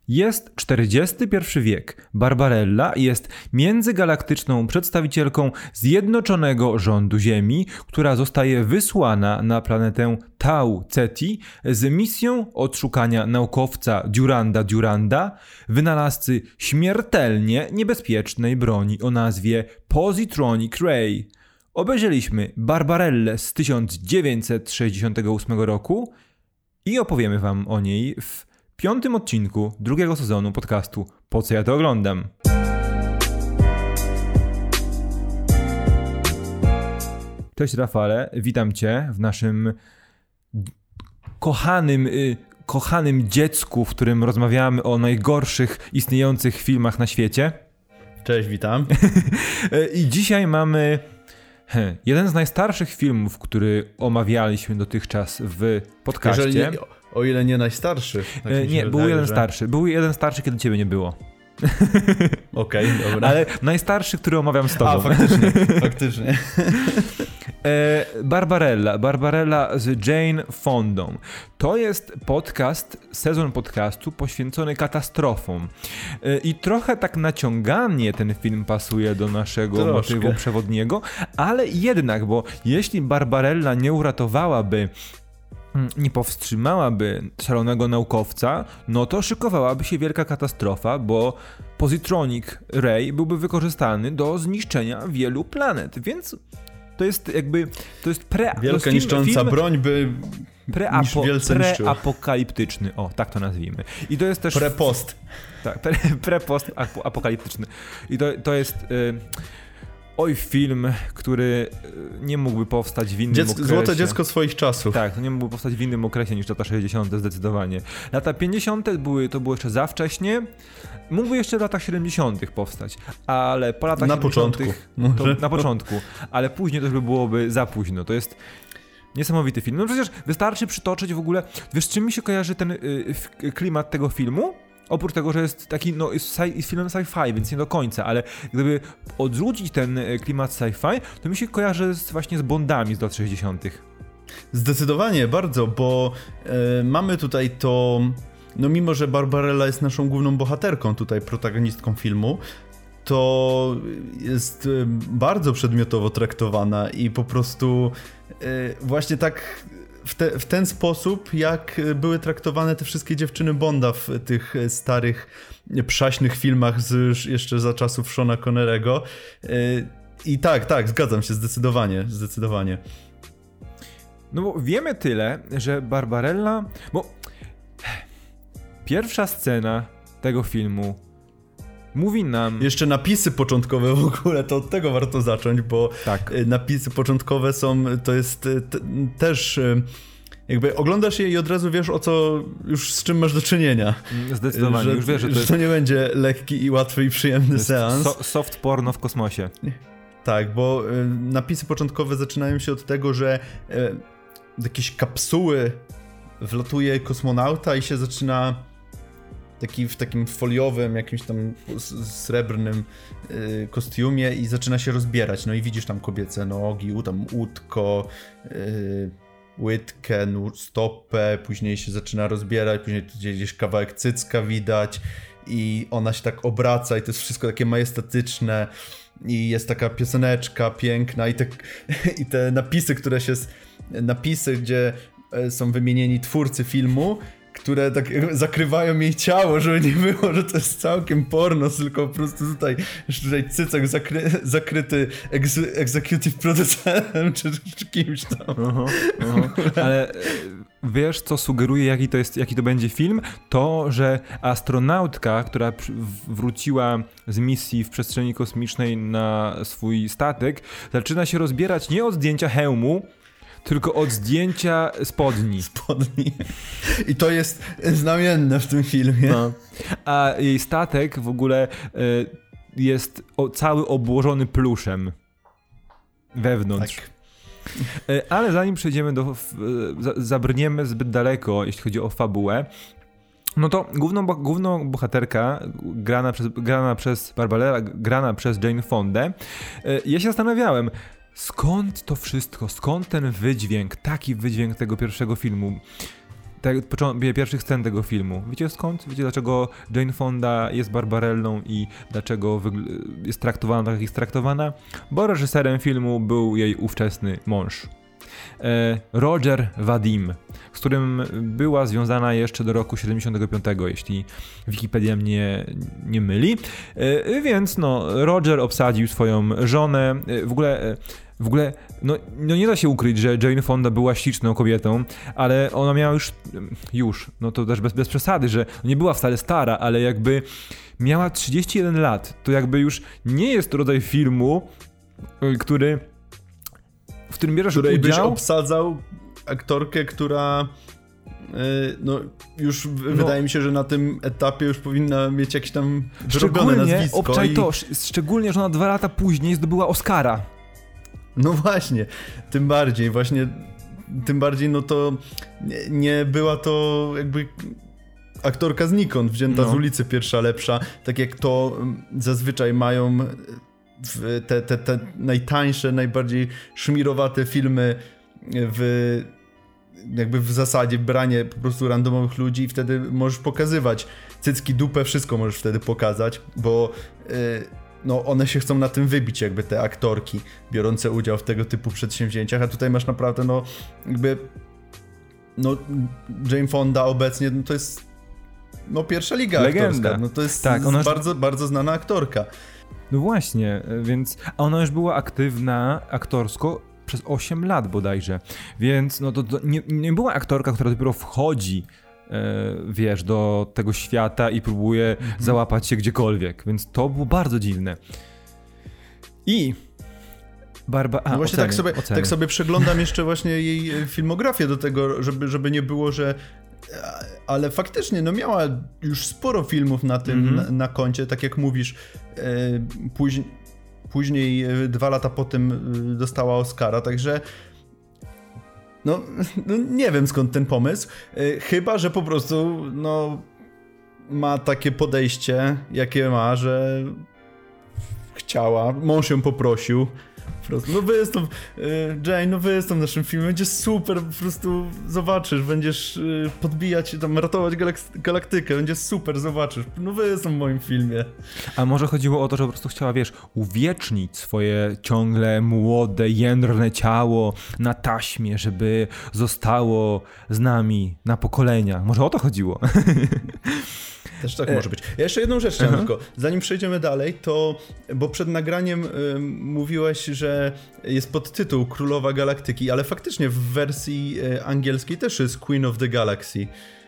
Jest XXI wiek. Barbarella jest międzygalaktyczną przedstawicielką Zjednoczonego Rządu Ziemi, która zostaje wysłana na planetę Tau Ceti z misją odszukania naukowca Duranda, wynalazcy śmiertelnie niebezpiecznej broni o nazwie Positronic Ray. Obejrzeliśmy Barbarellę z 1968 roku i opowiemy wam o niej w 5. odcinku 2. sezonu podcastu Po co ja to oglądam? Cześć Rafale, witam cię w naszym kochanym dziecku, w którym rozmawiamy o najgorszych istniejących filmach na świecie. Cześć, witam. I dzisiaj mamy jeden z najstarszych filmów, który omawialiśmy dotychczas w podcaście. O ile nie najstarszy. Tak nie, był jeden starszy. Był jeden starszy, kiedy ciebie nie było. Okej, dobra. Ale najstarszy, który omawiam z tobą. A, faktycznie. Barbarella z Jane Fondą. To jest sezon podcastu poświęcony katastrofom. I trochę tak naciąganie ten film pasuje do naszego motywu przewodniego, ale jednak, bo jeśli Barbarella nie powstrzymałaby szalonego naukowca, no to szykowałaby się wielka katastrofa, bo Positronic Ray byłby wykorzystany do zniszczenia wielu planet, więc to jest wielka niszcząca broń by preapokaliptyczny, o, tak to nazwijmy. I to jest też... Prepost. Tak, prepost apokaliptyczny. I to jest... film, który nie mógłby powstać w innym okresie. Złote dziecko swoich czasów. Tak, to nie mógłby powstać w innym okresie niż lata 60. zdecydowanie. Lata 50. to było jeszcze za wcześnie. Mógłby jeszcze w latach 70. powstać, ale po latach 70. Na początku. Ale później to już byłoby za późno. To jest niesamowity film. No przecież wystarczy przytoczyć w ogóle... Wiesz, czym mi się kojarzy ten klimat tego filmu? Oprócz tego, że jest taki film sci-fi, więc nie do końca, ale gdyby odrzucić ten klimat sci-fi, to mi się kojarzy właśnie z Bondami z lat 60. Zdecydowanie, bardzo, bo mamy tutaj to... No mimo, że Barbarella jest naszą główną bohaterką, tutaj protagonistką filmu, to jest bardzo przedmiotowo traktowana i po prostu właśnie tak... W ten sposób, jak były traktowane te wszystkie dziewczyny Bonda w tych starych, przaśnych filmach jeszcze za czasów Seana Connerego. I tak, zgadzam się, zdecydowanie. No bo wiemy tyle, że Barbarella... Bo pierwsza scena tego filmu mówi nam... Jeszcze napisy początkowe w ogóle, to od tego warto zacząć, bo tak. Napisy początkowe to jest też... Jakby oglądasz je i od razu wiesz już z czym masz do czynienia. Zdecydowanie, już wiesz, że to nie będzie lekki i łatwy i przyjemny seans. Soft porno w kosmosie. Tak, bo napisy początkowe zaczynają się od tego, że do jakiejś kapsuły wlatuje kosmonauta i się zaczyna w takim foliowym, jakimś tam srebrnym kostiumie i zaczyna się rozbierać. No i widzisz tam kobiece nogi, tam łódko, łydkę, stopę, później się zaczyna rozbierać, później gdzieś kawałek cycka widać i ona się tak obraca i to jest wszystko takie majestatyczne i jest taka pioseneczka piękna i te napisy, gdzie są wymienieni twórcy filmu, które tak zakrywają jej ciało, żeby nie było, że to jest całkiem porno, tylko po prostu tutaj cycek zakryty executive producentem czy kimś tam. Ale wiesz, co sugeruje, jaki to będzie film? To, że astronautka, która wróciła z misji w przestrzeni kosmicznej na swój statek, zaczyna się rozbierać nie od zdjęcia hełmu, tylko od zdjęcia spodni. I to jest znamienne w tym filmie. No. A jej statek w ogóle jest cały obłożony pluszem wewnątrz. Tak. Ale zanim przejdziemy zabrniemy zbyt daleko, jeśli chodzi o fabułę, no to główną bohaterka grana przez Barbarella, grana przez Jane Fondę, ja się zastanawiałem, skąd to wszystko, skąd ten wydźwięk, taki wydźwięk tego pierwszego filmu? pierwszych scen tego filmu. Wiecie skąd? Wiecie dlaczego Jane Fonda jest Barbarellą i dlaczego jest traktowana tak, jak jest traktowana? Bo reżyserem filmu był jej ówczesny mąż. Roger Vadim, z którym była związana jeszcze do roku 75, jeśli Wikipedia mnie nie myli. Więc no, Roger obsadził swoją żonę. W ogóle no nie da się ukryć, że Jane Fonda była śliczną kobietą, ale ona miała już no to też bez przesady, że nie była wcale stara, ale jakby miała 31 lat. To jakby już nie jest rodzaj filmu, w którym bierzesz udział. Byś obsadzał aktorkę, która no już wydaje mi się, że na tym etapie już powinna mieć jakieś tam wyrobione nazwisko. Szczególnie, że ona 2 lata później zdobyła Oscara. No właśnie, tym bardziej no to nie była to jakby aktorka znikąd, wzięta z ulicy, pierwsza lepsza, tak jak to zazwyczaj mają te najtańsze, najbardziej szmirowate filmy jakby w zasadzie branie po prostu randomowych ludzi i wtedy możesz pokazywać cycki, dupę, wszystko możesz wtedy pokazać, bo no one się chcą na tym wybić, jakby te aktorki biorące udział w tego typu przedsięwzięciach, a tutaj masz naprawdę no jakby no Jane Fonda obecnie no to jest no pierwsza liga aktorska, no to jest tak, bardzo, bardzo znana aktorka. No właśnie, więc ona już była aktywna aktorsko przez 8 lat bodajże, więc no to nie była aktorka, która dopiero wchodzi wiesz, do tego świata i próbuje załapać się gdziekolwiek, więc to było bardzo dziwne. I no właśnie tak sobie przeglądam jeszcze właśnie jej filmografię do tego, żeby nie było, że ale faktycznie no miała już sporo filmów na tym na koncie, tak jak mówisz, później 2 lata po tym dostała Oscara, także no nie wiem skąd ten pomysł, chyba że po prostu no ma takie podejście jakie ma, że chciała, mąż ją poprosił. No wystąp, Jane, no wystąp w naszym filmie, będzie super, po prostu zobaczysz, będziesz podbijać, tam ratować galaktykę, będzie super, zobaczysz, no wystąp w moim filmie. A może chodziło o to, że po prostu chciała, wiesz, uwiecznić swoje ciągle młode, jędrne ciało na taśmie, żeby zostało z nami na pokolenia. Może o to chodziło? Też tak może być. Ja jeszcze jedną rzecz chciałem tylko, zanim przejdziemy dalej, to, bo przed nagraniem mówiłeś, że jest podtytuł Królowa Galaktyki, ale faktycznie w wersji angielskiej też jest Queen of the Galaxy.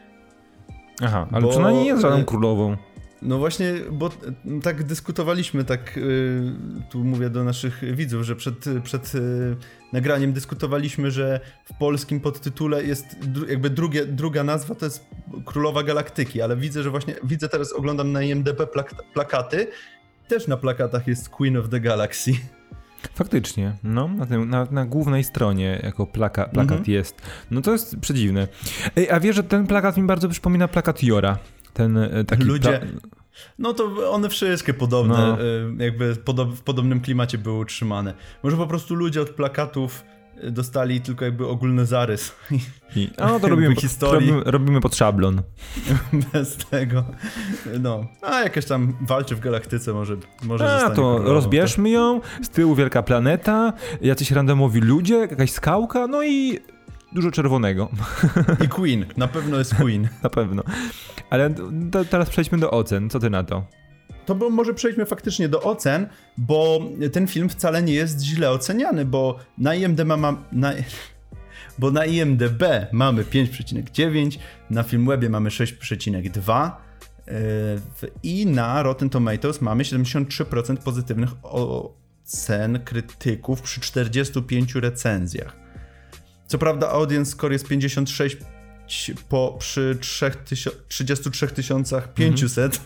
Aha, ale czy ona nie jest żadną królową? No właśnie, bo tak dyskutowaliśmy, tak tu mówię do naszych widzów, że przed nagraniem dyskutowaliśmy, że w polskim podtytule jest jakby druga nazwa to jest Królowa Galaktyki, ale widzę, że właśnie teraz oglądam na IMDb plakaty, też na plakatach jest Queen of the Galaxy. Faktycznie, no, na głównej stronie jako plakat jest. No to jest przedziwne. Ej, a wiesz, że ten plakat mi bardzo przypomina plakat Jora. Ten taki ludzie. No to one wszystkie podobne, jakby w podobnym klimacie były utrzymane. Może po prostu ludzie od plakatów dostali tylko jakby ogólny zarys. No to robimy pod szablon. Bez tego. No. A jakaś tam walczy w galaktyce może zostanie to królową, rozbierzmy ją, z tyłu wielka planeta, jacyś randomowi ludzie, jakaś skałka, no i dużo czerwonego. I Queen, na pewno jest Queen. Na pewno. Ale teraz przejdźmy do ocen, co ty na to? To może przejdźmy faktycznie do ocen, bo ten film wcale nie jest źle oceniany, bo na IMDb mamy 5,9, na Filmwebie mamy 6,2 i na Rotten Tomatoes mamy 73% pozytywnych ocen krytyków przy 45 recenzjach. Co prawda audience score jest 56 przy 33 500.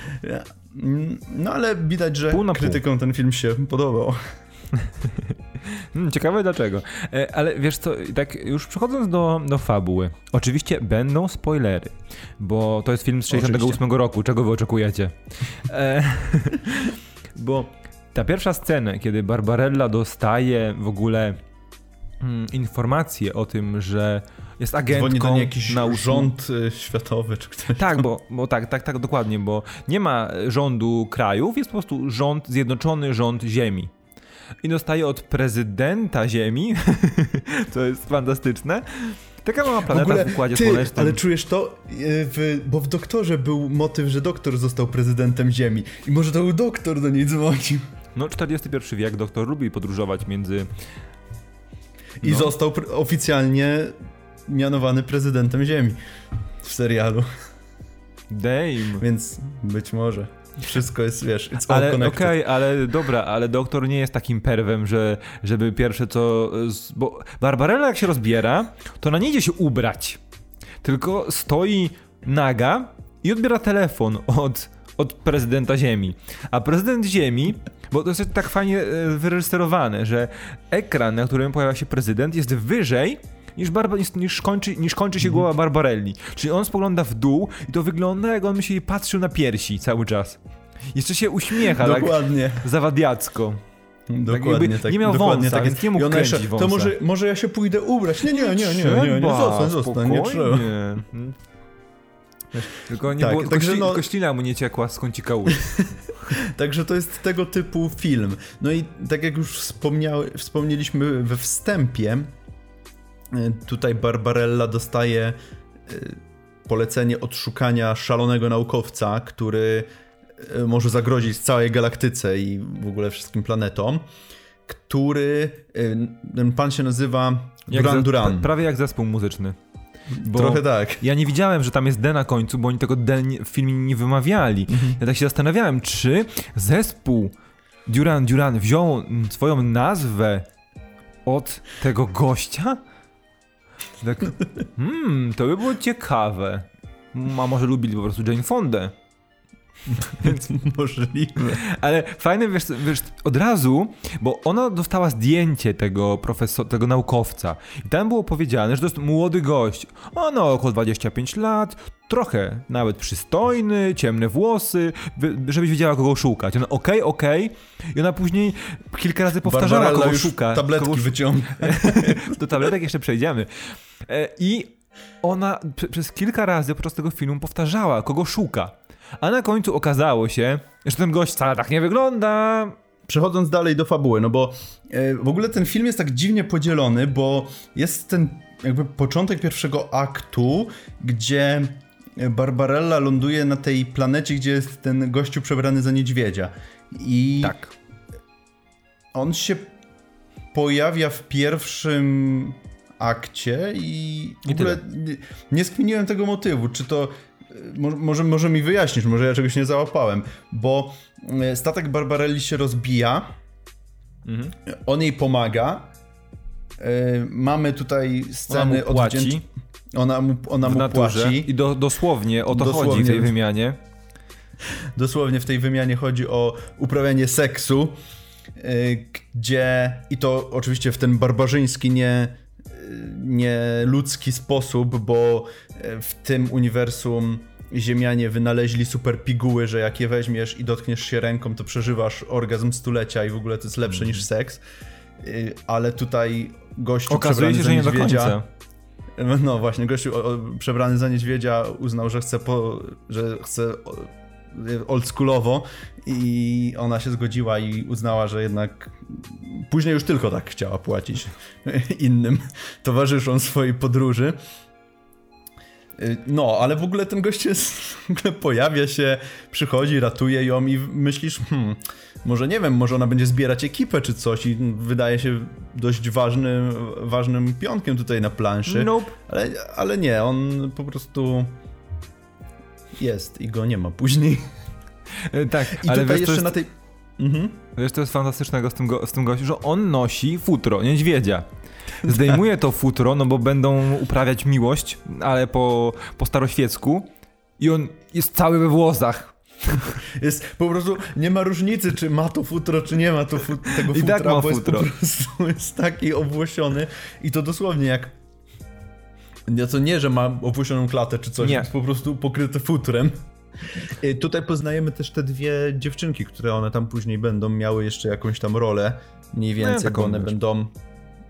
No ale widać, że krytykom ten film się podobał. Ciekawe dlaczego. Ale wiesz co, tak już przechodząc do fabuły, oczywiście będą spoilery, bo to jest film z 68 roku, czego wy oczekujecie? Bo ta pierwsza scena, kiedy Barbarella dostaje w ogóle informację o tym, że jest agentką dzwoni do niej jakiś nauczną. rząd światowy czy ktoś. Tak, bo tak, dokładnie, bo nie ma rządu krajów, jest po prostu zjednoczony rząd Ziemi. I dostaje od prezydenta Ziemi, to jest fantastyczne, taka mała planeta w Układzie Słonecznym. Ale czujesz to? Bo w Doktorze był motyw, że doktor został prezydentem Ziemi. I może to był doktor do niej dzwonił. No, XXI wiek, doktor lubi podróżować między... I został oficjalnie mianowany prezydentem Ziemi w serialu. Damn. Więc być może. Wszystko jest, wiesz, it's all connected. Okej, ale dobra, ale doktor nie jest takim perwem, żeby pierwsze co... Bo Barbarella jak się rozbiera, to ona nie idzie się ubrać, tylko stoi naga i odbiera telefon od prezydenta Ziemi. A prezydent Ziemi, bo to jest tak fajnie wyreżyserowane, że ekran, na którym pojawia się prezydent, jest wyżej niż kończy się głowa Barbarelli. Czyli on spogląda w dół i to wygląda, jak on by się patrzył na piersi cały czas. Jeszcze się uśmiecha, dokładnie. Tak zawadiacko. Dokładnie tak. Nie miał dokładnie wąsa, więc nie mógł kręcić wąsa. To może ja się pójdę ubrać. Nie, zostań, nie trzeba. Tylko nie było, tylko ślina mu nie ciekła z kącika ust. Także to jest tego typu film. No i tak jak już wspomnieliśmy we wstępie, tutaj Barbarella dostaje polecenie odszukania szalonego naukowca, który może zagrozić całej galaktyce i w ogóle wszystkim planetom, ten pan się nazywa Duran Duran. Prawie jak zespół muzyczny. Bo trochę tak. Ja nie widziałem, że tam jest D na końcu, bo oni tego D w filmie nie wymawiali. Ja tak się zastanawiałem, czy zespół Duran Duran wziął swoją nazwę od tego gościa? Tak, to by było ciekawe. A może lubili po prostu Jane Fondę? Więc możliwe. Ale fajne, wiesz, od razu, bo ona dostała zdjęcie tego naukowca i tam było powiedziane, że to jest młody gość. Około 25 lat, trochę nawet przystojny, ciemne włosy, żebyś wiedziała, kogo szukać. Ona okej. I ona później kilka razy powtarzała, Barbarella kogo już szuka. Tabletki wyciąga. Do tabletek jeszcze przejdziemy. I ona przez kilka razy podczas tego filmu powtarzała, kogo szuka. A na końcu okazało się, że ten gość wcale tak nie wygląda. Przechodząc dalej do fabuły, no bo w ogóle ten film jest tak dziwnie podzielony, bo jest ten jakby początek pierwszego aktu, gdzie Barbarella ląduje na tej planecie, gdzie jest ten gościu przebrany za niedźwiedzia. I tak. On się pojawia w pierwszym akcie i w ogóle nie skminiłem tego motywu, czy to może mi wyjaśnisz, może ja czegoś nie załapałem, bo statek Barbarelli się rozbija, on jej pomaga, mamy tutaj sceny odwdzięczne. Ona mu płaci. I dosłownie o to chodzi w tej wymianie. Dosłownie w tej wymianie chodzi o uprawianie seksu, gdzie, i to oczywiście w ten barbarzyński, nie ludzki sposób, bo w tym uniwersum Ziemianie wynaleźli super piguły, że jak je weźmiesz i dotkniesz się ręką, to przeżywasz orgazm stulecia i w ogóle to jest lepsze niż seks. Ale tutaj gościu okazuje się, że nie do końca. No właśnie, gościu przebrany za niedźwiedzia uznał, że chce oldschoolowo i ona się zgodziła i uznała, że jednak później już tylko tak chciała płacić innym towarzyszom swojej podróży. No, ale w ogóle ten gość pojawia się, przychodzi, ratuje ją i myślisz, może nie wiem, może ona będzie zbierać ekipę czy coś i wydaje się dość ważnym pionkiem tutaj na planszy. Nope. Ale nie, on po prostu jest i go nie ma później. Tak, i ale tutaj wiesz, jeszcze na tej... Wiesz, to jest fantastycznego z tym gościem, że on nosi futro niedźwiedzia. Zdejmuje to futro, no bo będą uprawiać miłość, ale po staroświecku i on jest cały we włosach. Jest po prostu, nie ma różnicy, czy ma to futro, czy nie ma tego futra, I tak ma bo futro. Jest po prostu jest taki obłosiony i to dosłownie jak... To nie, że ma obłosioną klatę czy coś, jest po prostu pokryte futrem. Tutaj poznajemy też te dwie dziewczynki, które one tam później będą miały jeszcze jakąś tam rolę, mniej więcej, bo one będą...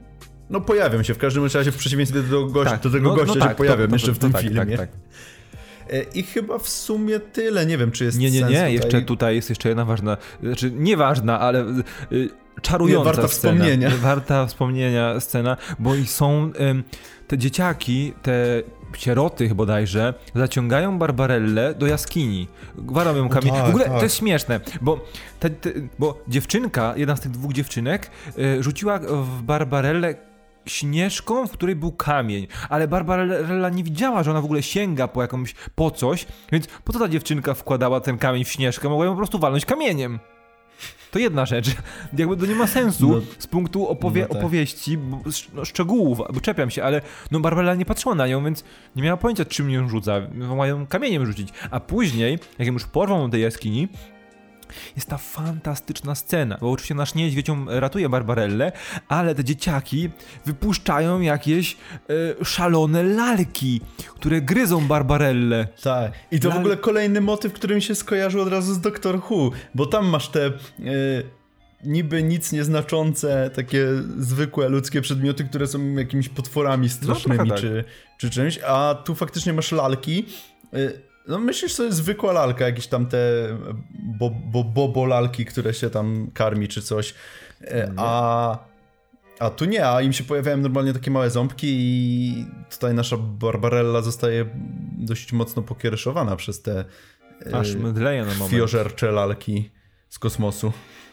No pojawią się, w każdym razie w przeciwieństwie do tego gościa się pojawią jeszcze w tym filmie. Tak. I chyba w sumie tyle, nie wiem czy jest sens tutaj... jeszcze tutaj jest jeszcze jedna ważna, znaczy nieważna, ale czarująca warta scena. Wspomnienia. Warta wspomnienia scena, bo i są te dzieciaki, te sieroty bodajże, zaciągają Barbarellę do jaskini. Gwarą ją kamień. W ogóle to jest śmieszne, bo dziewczynka, jedna z tych dwóch dziewczynek rzuciła w Barbarellę śnieżką, w której był kamień, ale Barbarella nie widziała, że ona w ogóle sięga po coś, więc po co ta dziewczynka wkładała ten kamień w śnieżkę? Mogła ją po prostu walnąć kamieniem. To jedna rzecz. Jakby to nie ma sensu z punktu opowieści, szczegółów, bo czepiam się, ale Barbarella nie patrzyła na nią, więc nie miała pojęcia, czym ją rzuca. Mają kamieniem rzucić. A później, jak ją już porwą do tej jaskini, jest ta fantastyczna scena, bo oczywiście nasz niedźwiedź ją ratuje Barbarellę, ale te dzieciaki wypuszczają jakieś szalone lalki, które gryzą Barbarellę. Tak, i to w ogóle kolejny motyw, który mi się skojarzył od razu z Doctor Who, bo tam masz te niby nic nieznaczące, takie zwykłe ludzkie przedmioty, które są jakimiś potworami strasznymi czy czymś, a tu faktycznie masz lalki. No myślisz, że to jest zwykła lalka, jakieś tam te bobo lalki, które się tam karmi czy coś, a tu nie, a im się pojawiają normalnie takie małe ząbki i tutaj nasza Barbarella zostaje dość mocno pokiereszowana przez te aż mdleje na moment. Krwiożercze lalki z kosmosu.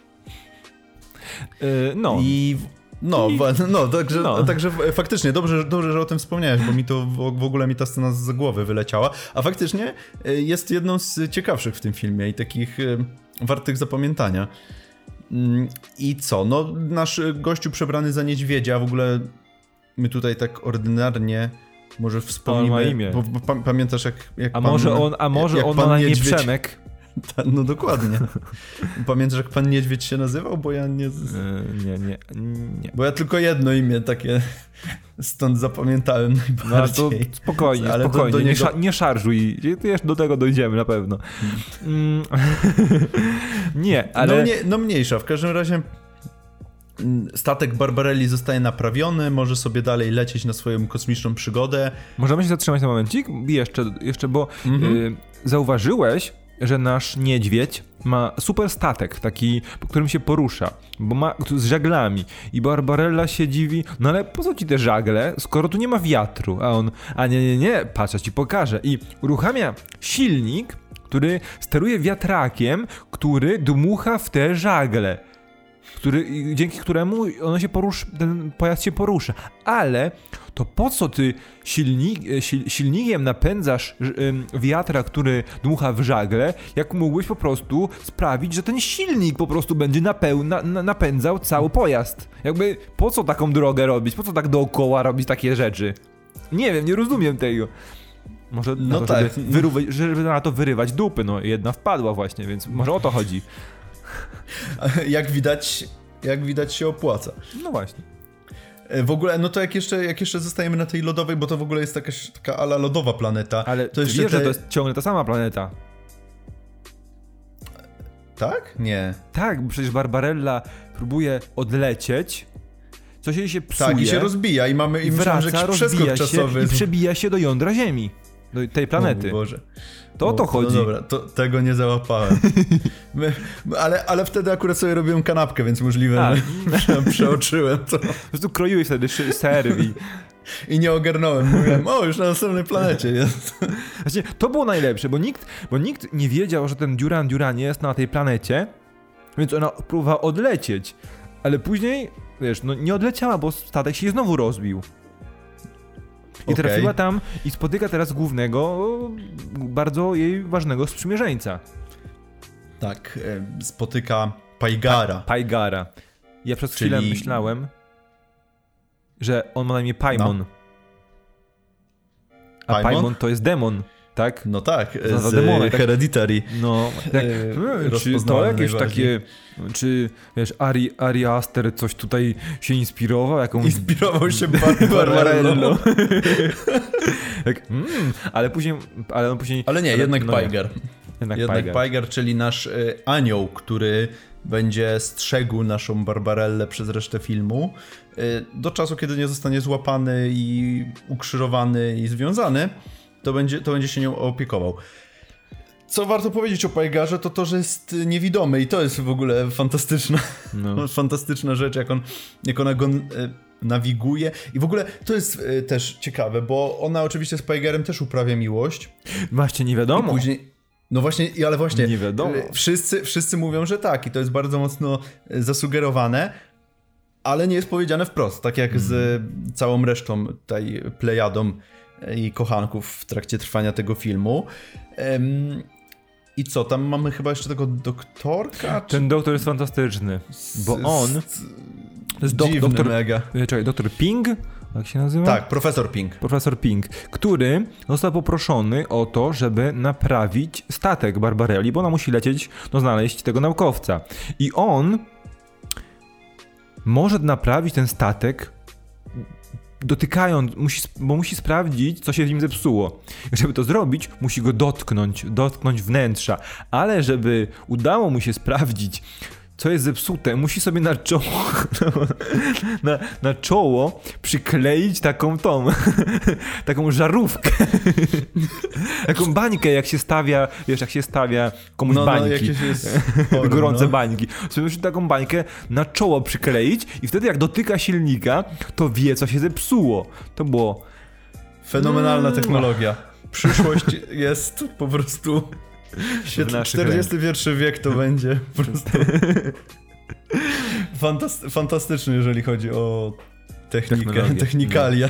Także faktycznie dobrze, że o tym wspomniałeś, bo mi to w ogóle ta scena z głowy wyleciała, a faktycznie jest jedną z ciekawszych w tym filmie i takich wartych zapamiętania. I co? No nasz gościu przebrany za niedźwiedzia, w ogóle my tutaj tak ordynarnie może wspomnimy, ma imię. Bo pamiętasz jak a może on ma na imię Przemek? No dokładnie. Pamiętasz, jak pan niedźwiedź się nazywał? Bo ja nie... Nie. Bo ja tylko jedno imię takie stąd zapamiętałem najbardziej. No to spokojnie, do niego... nie szarżuj. Do tego dojdziemy na pewno. Nie, ale... No mniejsza. W każdym razie statek Barbarelli zostaje naprawiony, może sobie dalej lecieć na swoją kosmiczną przygodę. Możemy się zatrzymać na momencik? Jeszcze bo zauważyłeś, że nasz niedźwiedź ma super statek, taki, po którym się porusza, bo ma z żaglami i Barbarella się dziwi, no ale po co ci te żagle, skoro tu nie ma wiatru, a on, nie, patrz, ja ci pokażę i uruchamia silnik, który steruje wiatrakiem, który dmucha w te żagle, dzięki któremu ten pojazd się porusza, ale to po co ty silnikiem napędzasz wiatra, który dmucha w żagle, jak mógłbyś po prostu sprawić, że ten silnik po prostu będzie napędzał cały pojazd. Jakby po co taką drogę robić, po co tak dookoła robić takie rzeczy? Nie wiem, nie rozumiem tego. Może na to, żeby na to wyrywać dupy, no jedna wpadła właśnie, więc może o to chodzi. Jak widać się opłaca. No właśnie. W ogóle, no to jak jeszcze zostajemy na tej lodowej, bo to w ogóle jest taka ala lodowa planeta. Ale to wiesz, że to jest ciągle ta sama planeta. Tak? Nie. Tak, bo przecież Barbarella próbuje odlecieć, coś jej się psuje. Tak, i się rozbija i myślałem, że jakiś przeskok czasowy. I przebija się do jądra Ziemi, do tej planety. O Boże. To o to chodzi. No dobra, tego nie załapałem. Ale wtedy akurat sobie robiłem kanapkę, więc możliwe, że przeoczyłem to. Po prostu kroiłeś wtedy ser i nie ogarnąłem. Mówiłem, już na następnej planecie jest. Właśnie, to było najlepsze, bo nikt nie wiedział, że ten Duran jest na tej planecie, więc ona próbowała odlecieć. Ale później, wiesz, nie odleciała, bo statek się znowu rozbił. I trafiła tam i spotyka teraz głównego, bardzo jej ważnego sprzymierzeńca. Tak, spotyka Paigara. Paigara. Ja przez chwilę myślałem, że on ma na imię Paimon. No. A Paimon to jest demon, tak? No tak, z Hereditary. No, tak. Czy to jakieś takie, czy wiesz, Ari Aster coś tutaj się inspirował? Inspirował się Barbarello. Tak, ale później... Ale nie, jednak Paigar. Jednak Paigar, czyli nasz anioł, który będzie strzegł naszą Barbarellę przez resztę filmu, do czasu, kiedy nie zostanie złapany i ukrzyżowany i związany, to będzie się nią opiekował. Co warto powiedzieć o Pajgarze, to że jest niewidomy i to jest w ogóle fantastyczna rzecz, jak ona go nawiguje. I w ogóle to jest też ciekawe, bo ona oczywiście z Pajgarem też uprawia miłość. Właśnie nie wiadomo. I później, no właśnie, ale właśnie nie wiadomo. Wszyscy mówią, że tak i to jest bardzo mocno zasugerowane, ale nie jest powiedziane wprost, tak jak z całą resztą tej plejadą i kochanków w trakcie trwania tego filmu. I co, tam mamy chyba jeszcze tego doktorka? Ten doktor jest fantastyczny, bo on... To jest doktor mega. Czekaj, doktor Ping? Jak się nazywa? Tak, profesor Ping. Profesor Ping, który został poproszony o to, żeby naprawić statek Barbarelli, bo ona musi lecieć, znaleźć tego naukowca. I on może naprawić ten statek dotykając, bo musi sprawdzić, co się w nim zepsuło. I żeby to zrobić, musi go dotknąć wnętrza. Ale żeby udało mu się sprawdzić, co jest zepsute, musi sobie na czoło na czoło przykleić taką żarówkę. Taką bańkę, jak się stawia, wiesz, jak się stawia komuś bańki. Gorące bańki. Sobie musi taką bańkę na czoło przykleić i wtedy jak dotyka silnika, to wie, co się zepsuło. To było... Fenomenalna technologia. Przyszłość jest po prostu... Świetnie, 41 wiek to będzie po prostu fantastyczny, jeżeli chodzi o technikalia.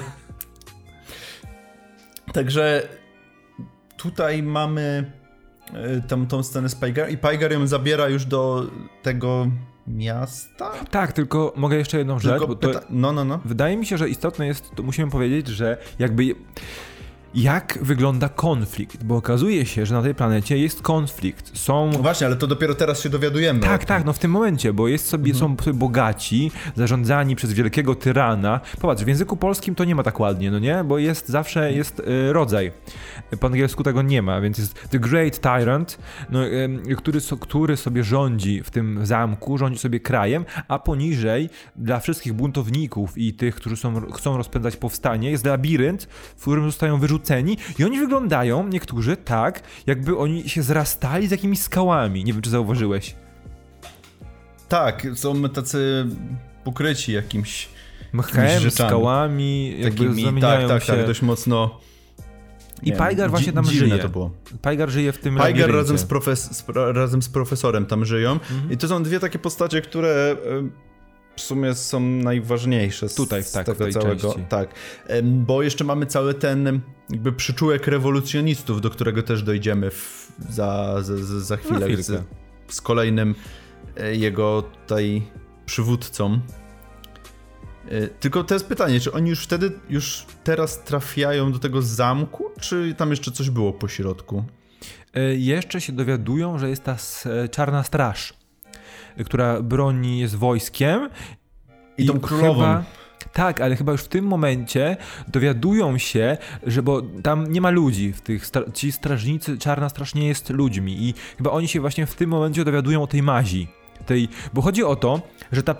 Także tutaj mamy tą scenę z Pajgarem i Pajgar ją zabiera już do tego miasta? Tak, tylko mogę jeszcze jedną rzecz, bo to No. Wydaje mi się, że istotne jest, to musimy powiedzieć, że jakby... Jak wygląda konflikt? Bo okazuje się, że na tej planecie jest konflikt. Są... No właśnie, ale to dopiero teraz się dowiadujemy. Tak, no w tym momencie, bo są sobie bogaci, zarządzani przez wielkiego tyrana. Popatrz, w języku polskim to nie ma tak ładnie, no nie? Bo zawsze jest rodzaj. Po angielsku tego nie ma, więc jest The Great Tyrant, który sobie rządzi w tym zamku, rządzi sobie krajem, a poniżej dla wszystkich buntowników i tych, którzy chcą rozpędzać powstanie, jest labirynt, w którym zostają wyrzuceni i oni wyglądają, niektórzy, tak, jakby oni się zrastali z jakimiś skałami. Nie wiem, czy zauważyłeś. Tak, są tacy pokryci jakimś mchem, skałami, jakby zamieniają się. Tak, dość mocno. I Pajgar właśnie tam żyje. To było. Pajgar żyje w tym Pajgar razem z profesorem tam żyją. I to są dwie takie postacie, które w sumie są najważniejsze z tego całego. Części. Tak, bo jeszcze mamy cały ten jakby przyczółek rewolucjonistów, do którego też dojdziemy za chwilę z kolejnym jego tutaj przywódcą. Tylko to jest pytanie, czy oni już teraz trafiają do tego zamku, czy tam jeszcze coś było po środku? Jeszcze się dowiadują, że jest ta czarna straż, która jest wojskiem. I tą królową. Tak, ale chyba już w tym momencie dowiadują się, bo tam nie ma ludzi, ci strażnicy, czarna straż nie jest ludźmi i chyba oni się właśnie w tym momencie dowiadują o tej mazi. Bo chodzi o to, że ta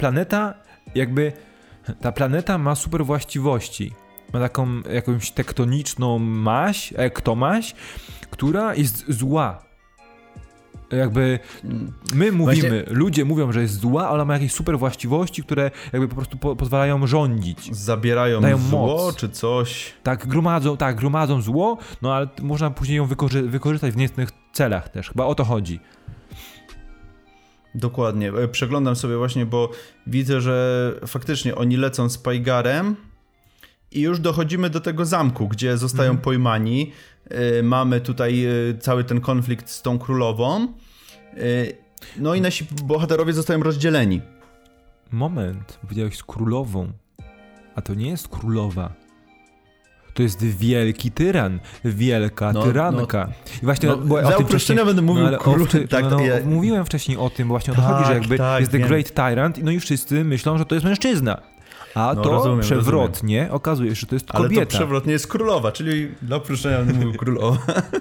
planeta ma super właściwości. Ma taką jakąś tektoniczną maź, ektomaź, która jest zła. Jakby my mówimy, ludzie mówią, że jest zła, ale ma jakieś super właściwości, które jakby po prostu pozwalają rządzić. Zabierają dają zło moc. Czy coś. Tak, gromadzą zło, no ale można później ją wykorzystać w niecnych celach też. Chyba o to chodzi. Dokładnie. Przeglądam sobie właśnie, bo widzę, że faktycznie oni lecą z Pajgarem i już dochodzimy do tego zamku, gdzie zostają pojmani. Mamy tutaj cały ten konflikt z tą królową. No i nasi bohaterowie zostają rozdzieleni. Moment, powiedziałeś z królową, a to nie jest królowa. To jest wielki tyran, wielka tyranka. I właśnie za uproszczenia będę mówił mówiłem wcześniej o tym, bo właśnie o to chodzi, że jakby jest The Great Tyrant, no i wszyscy myślą, że to jest mężczyzna. A to przewrotnie okazuje się, że to jest kobieta. Ale to przewrotnie jest królowa, czyli dla uproszczenia będę mówił królowa.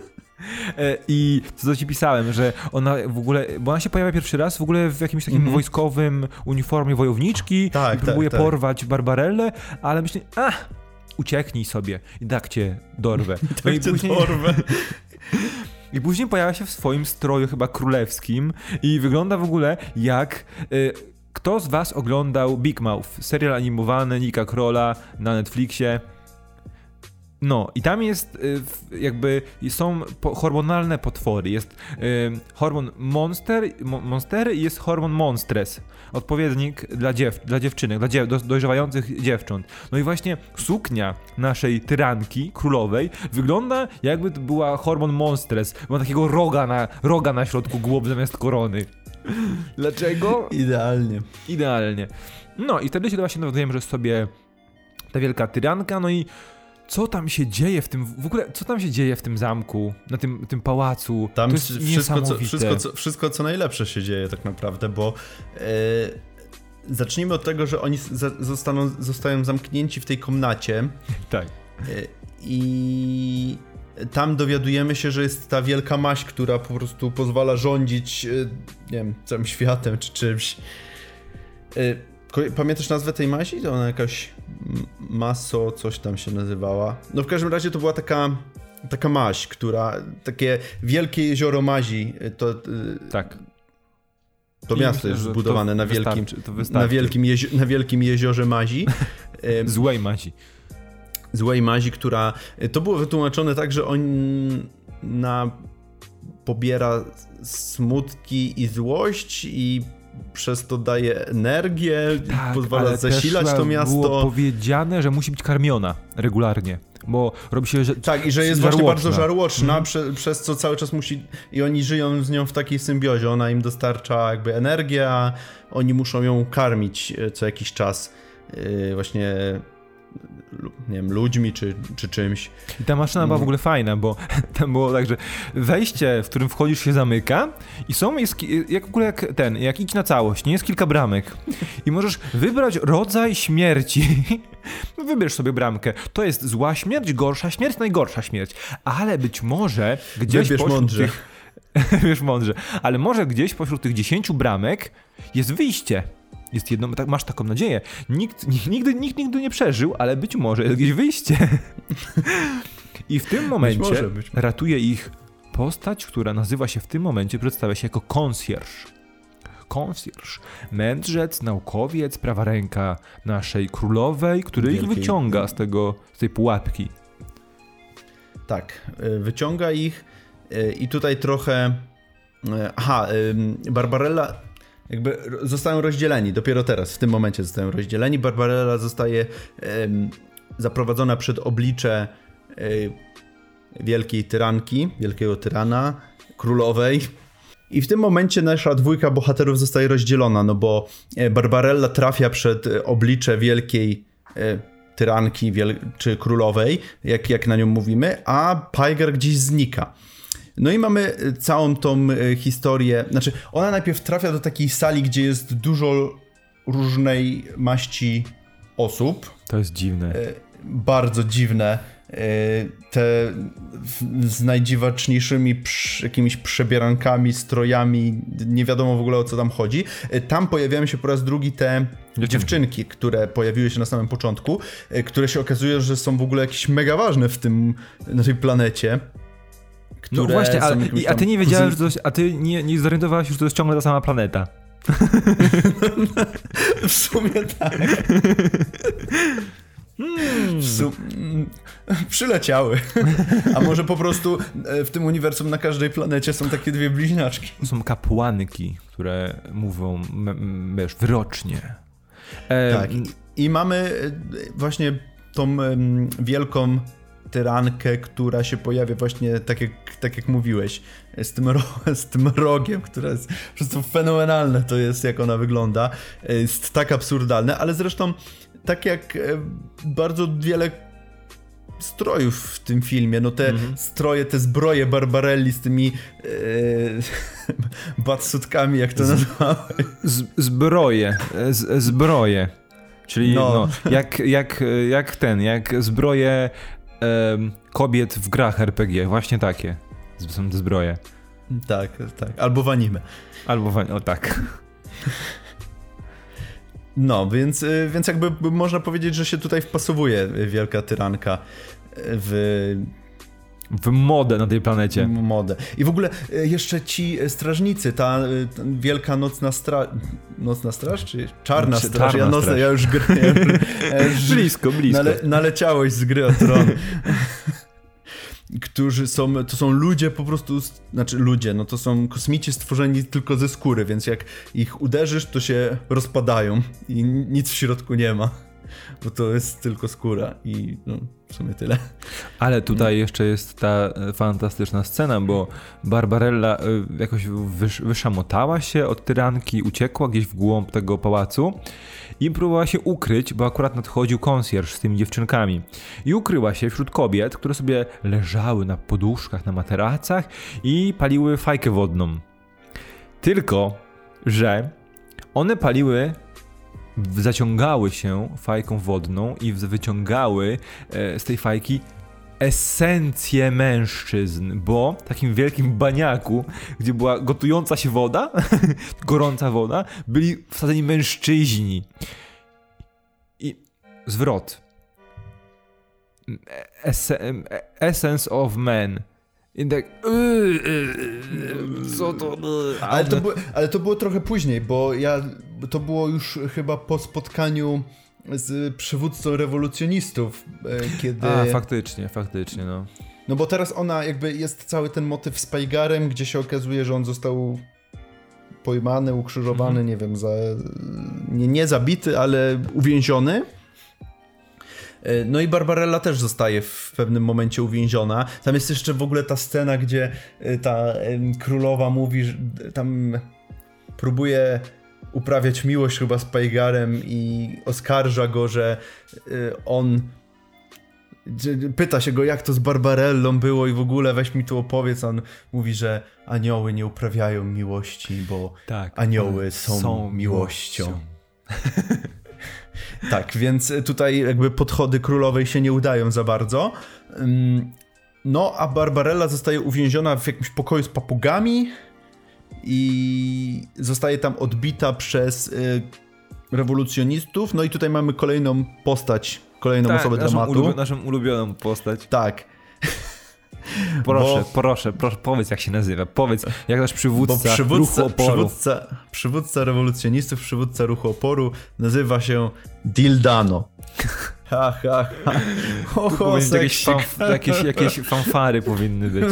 I co ci pisałem, że ona w ogóle, bo ona się pojawia pierwszy raz w ogóle w jakimś takim wojskowym uniformie wojowniczki i próbuje porwać Barbarellę, ale myślę, ucieknij sobie i tak cię dorwę. No i później... dorwę. I później pojawia się w swoim stroju chyba królewskim i wygląda w ogóle jak... Kto z was oglądał Big Mouth? Serial animowany Nicka Krolla na Netflixie. No i tam jest jakby są hormonalne potwory. Jest hormon Monster i jest hormon Monstres. Odpowiednik dla dziewczynek, dla dojrzewających dziewcząt. No i właśnie suknia naszej tyranki królowej wygląda jakby to była hormon Monstres. Ma takiego roga na środku głowy zamiast korony. Dlaczego? Idealnie. No i wtedy się właśnie dowiadujemy, że jest sobie ta wielka tyranka, no i co tam się dzieje w ogóle, co tam się dzieje w tym zamku, na tym pałacu? Tam to jest wszystko, co najlepsze się dzieje tak naprawdę, bo zacznijmy od tego, że oni zostają zamknięci w tej komnacie. Tak. I tam dowiadujemy się, że jest ta wielka maść, która po prostu pozwala rządzić, nie wiem, całym światem czy czymś. Pamiętasz nazwę tej mazi? To ona jakaś Maso, coś tam się nazywała. No w każdym razie to była taka maź, takie wielkie jezioro mazi. Tak. To miasto jest zbudowane na wielkim jeziorze mazi. Złej mazi, która... To było wytłumaczone tak, że ona pobiera smutki i złość i przez to daje energię, pozwala zasilać to miasto. Było powiedziane, że musi być karmiona regularnie, bo robi się, że tak, i że jest właśnie bardzo żarłoczna, przez co cały czas i oni żyją z nią w takiej symbiozie, ona im dostarcza jakby energię, a oni muszą ją karmić co jakiś czas właśnie, nie wiem, ludźmi czy czymś. I ta maszyna była w ogóle fajna, bo tam było tak, że wejście, w którym wchodzisz, się zamyka i jest jak w ogóle jak idź na całość, nie jest kilka bramek i możesz wybrać rodzaj śmierci. Wybierz sobie bramkę. To jest zła śmierć, gorsza śmierć, najgorsza śmierć. Ale być może gdzieś Wybierz mądrze. Ale może gdzieś pośród tych 10 bramek jest wyjście. Jest jedno, masz taką nadzieję. Nikt nigdy nie przeżył, ale być może jest gdzieś wyjście. I w tym momencie ratuje ich postać, która nazywa się w tym momencie, przedstawia się jako Concierge. Mędrzec, naukowiec, prawa ręka naszej królowej, który ich wyciąga z tej pułapki. Tak, wyciąga ich i tutaj trochę... Barbarella... Jakby zostają rozdzieleni, dopiero teraz, w tym momencie zostają rozdzieleni. Barbarella zostaje zaprowadzona przed oblicze wielkiej tyranki, wielkiego tyrana, królowej. I w tym momencie nasza dwójka bohaterów zostaje rozdzielona, no bo Barbarella trafia przed oblicze wielkiej tyranki czy królowej, jak na nią mówimy, a Pygar gdzieś znika. No i mamy całą tą historię, znaczy ona najpierw trafia do takiej sali, gdzie jest dużo różnej maści osób. To jest dziwne. Bardzo dziwne. Te z najdziwaczniejszymi jakimiś przebierankami, strojami, nie wiadomo w ogóle o co tam chodzi. Tam pojawiają się po raz drugi te dziewczynki, które pojawiły się na samym początku, które się okazuje, że są w ogóle jakieś mega ważne na tej planecie. No właśnie, a ty nie wiedziałeś, a ty nie zorientowałeś się, że to jest ciągle ta sama planeta. W sumie tak. Przyleciały. A może po prostu w tym uniwersum na każdej planecie są takie dwie bliźniaczki. Są kapłanki, które mówią wyrocznie. Tak. I mamy właśnie tą wielką tyrankę, która się pojawia właśnie tak jak mówiłeś, z tym rogiem, które jest po prostu fenomenalne to jest, jak ona wygląda. Jest tak absurdalne, ale zresztą tak jak bardzo wiele strojów w tym filmie, no te stroje, te zbroje Barbarelli z tymi batsutkami, jak to nazwałeś? Zbroje. Czyli jak zbroje kobiet w grach RPG, właśnie takie. są te zbroje. Tak. Albo w anime. O tak. No, więc jakby można powiedzieć, że się tutaj wpasowuje Wielka Tyranka w modę na tej planecie. Modę. I w ogóle jeszcze ci strażnicy, ta wielka nocna straż, czy czarna straż? Ja już Blisko. Naleciałeś z gry o Tron. Którzy to są ludzie po prostu, no to są kosmici stworzeni tylko ze skóry, więc jak ich uderzysz, to się rozpadają i nic w środku nie ma, bo to jest tylko skóra i no, w sumie tyle. Ale tutaj jeszcze jest ta fantastyczna scena, bo Barbarella jakoś wyszamotała się od tyranki, uciekła gdzieś w głąb tego pałacu i próbowała się ukryć, bo akurat nadchodził konsjerż z tymi dziewczynkami. I ukryła się wśród kobiet, które sobie leżały na poduszkach, na materacach i paliły fajkę wodną. Tylko, że one zaciągały się fajką wodną i wyciągały z tej fajki esencję mężczyzn, bo w takim wielkim baniaku, gdzie była gotująca się woda, gorąca woda, byli wsadzeni mężczyźni. I zwrot. Essence of men. I tak... Co to... Ale to było trochę później, bo to było już chyba po spotkaniu z przywódcą rewolucjonistów, kiedy... faktycznie, no. No bo teraz ona jakby jest cały ten motyw z Pajgarem, gdzie się okazuje, że on został pojmany, ukrzyżowany, nie wiem, nie zabity, ale uwięziony. No i Barbarella też zostaje w pewnym momencie uwięziona. Tam jest jeszcze w ogóle ta scena, gdzie ta królowa mówi, że tam próbuje uprawiać miłość chyba z Pajgarem i oskarża go, że on pyta się go, jak to z Barbarellą było i w ogóle weź mi tu opowiedz. On mówi, że anioły nie uprawiają miłości, bo anioły są miłością. Tak, więc tutaj jakby podchody królowej się nie udają za bardzo. No, a Barbarella zostaje uwięziona w jakimś pokoju z papugami i zostaje tam odbita przez rewolucjonistów. No i tutaj mamy kolejną postać, kolejną osobę dramatu. Naszą ulubioną postać. Tak. Proszę, powiedz jak się nazywa. Powiedz, jak nasz przywódca ruchu oporu. Przywódca rewolucjonistów, przywódca ruchu oporu nazywa się Dildano. Jakieś fanfary powinny być.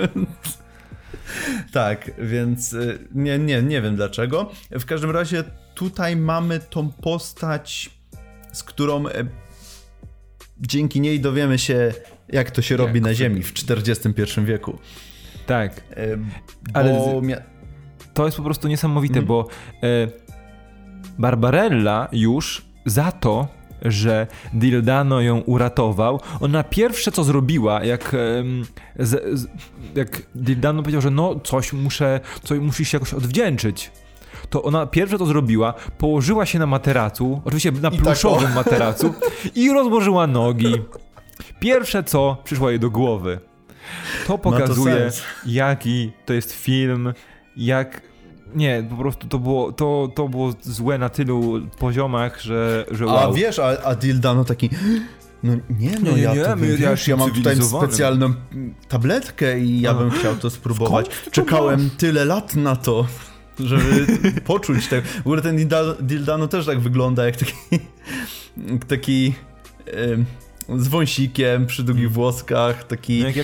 Tak, więc nie wiem dlaczego. W każdym razie tutaj mamy tą postać, z którą dzięki niej dowiemy się, jak to się robi na Ziemi w XXI wieku. Tak. Ale to jest po prostu niesamowite, bo Barbarella już za to, że Dildano ją uratował, ona pierwsze co zrobiła, jak Dildano powiedział, że no musi się jakoś odwdzięczyć, to ona pierwsze to zrobiła, położyła się na materacu, oczywiście na pluszowym materacu i rozłożyła nogi. Pierwsze co przyszło jej do głowy. To pokazuje, jaki to jest film, jak... Nie, po prostu to było złe na tylu poziomach, że wow. A wiesz, a Dildano taki... No ja mam tutaj specjalną tabletkę i ja bym chciał to spróbować. Czekałem tyle lat na to, żeby poczuć tak. W ogóle ten Dildano też tak wygląda jak taki z wąsikiem, przy długich włoskach, taki... No jak